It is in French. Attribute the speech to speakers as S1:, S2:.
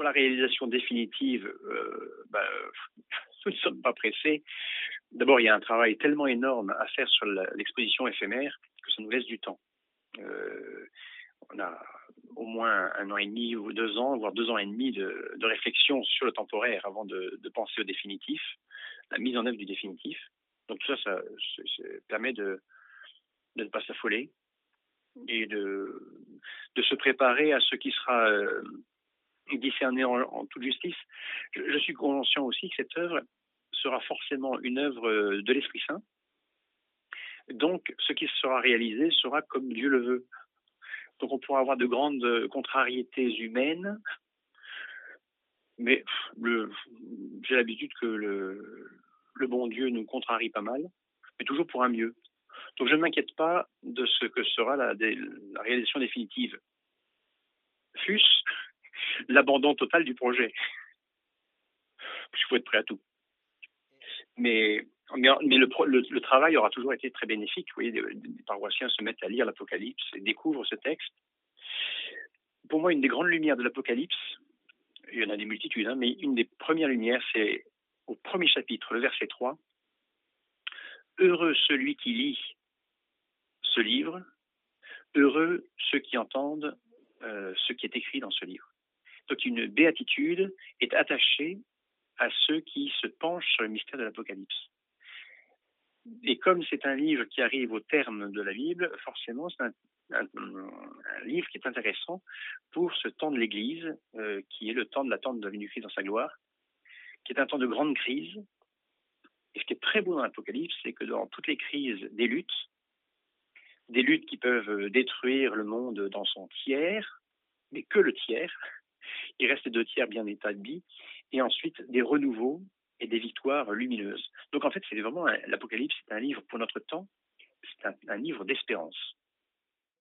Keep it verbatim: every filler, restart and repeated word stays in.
S1: pour la réalisation définitive, euh, bah, nous ne sommes pas pressés. D'abord, il y a un travail tellement énorme à faire sur l'exposition éphémère que ça nous laisse du temps. Euh, on a au moins un an et demi ou deux ans, voire deux ans et demi de, de réflexion sur le temporaire avant de, de penser au définitif, la mise en œuvre du définitif. Donc tout ça, ça, ça, ça permet de, de ne pas s'affoler et de, de se préparer à ce qui sera euh, discerné en, en toute justice. Je, je suis conscient aussi que cette œuvre sera forcément une œuvre de l'Esprit Saint. Donc, ce qui sera réalisé sera comme Dieu le veut. Donc, on pourra avoir de grandes contrariétés humaines, mais j'ai l'habitude que le, le bon Dieu nous contrarie pas mal, mais toujours pour un mieux. Donc, je ne m'inquiète pas de ce que sera la, la réalisation définitive. Fût-ce l'abandon total du projet. Il faut être prêt à tout. Mais, mais, mais le, le, le travail aura toujours été très bénéfique. Vous voyez, des, des paroissiens se mettent à lire l'Apocalypse et découvrent ce texte. Pour moi, une des grandes lumières de l'Apocalypse, il y en a des multitudes, hein, mais une des premières lumières, c'est au premier chapitre, le verset trois. Heureux celui qui lit ce livre, heureux ceux qui entendent euh, ce qui est écrit dans ce livre. Donc une béatitude est attachée à ceux qui se penchent sur le mystère de l'Apocalypse. Et comme c'est un livre qui arrive au terme de la Bible, forcément, c'est un, un, un livre qui est intéressant pour ce temps de l'Église, euh, qui est le temps de l'attente de la venue du Christ dans sa gloire, qui est un temps de grande crise. Et ce qui est très beau dans l'Apocalypse, c'est que dans toutes les crises, des luttes, des luttes qui peuvent détruire le monde dans son tiers, mais que le tiers, il reste deux tiers bien établis, et ensuite des renouveaux et des victoires lumineuses. Donc en fait, c'est vraiment un, l'Apocalypse, c'est un livre pour notre temps, c'est un, un livre d'espérance.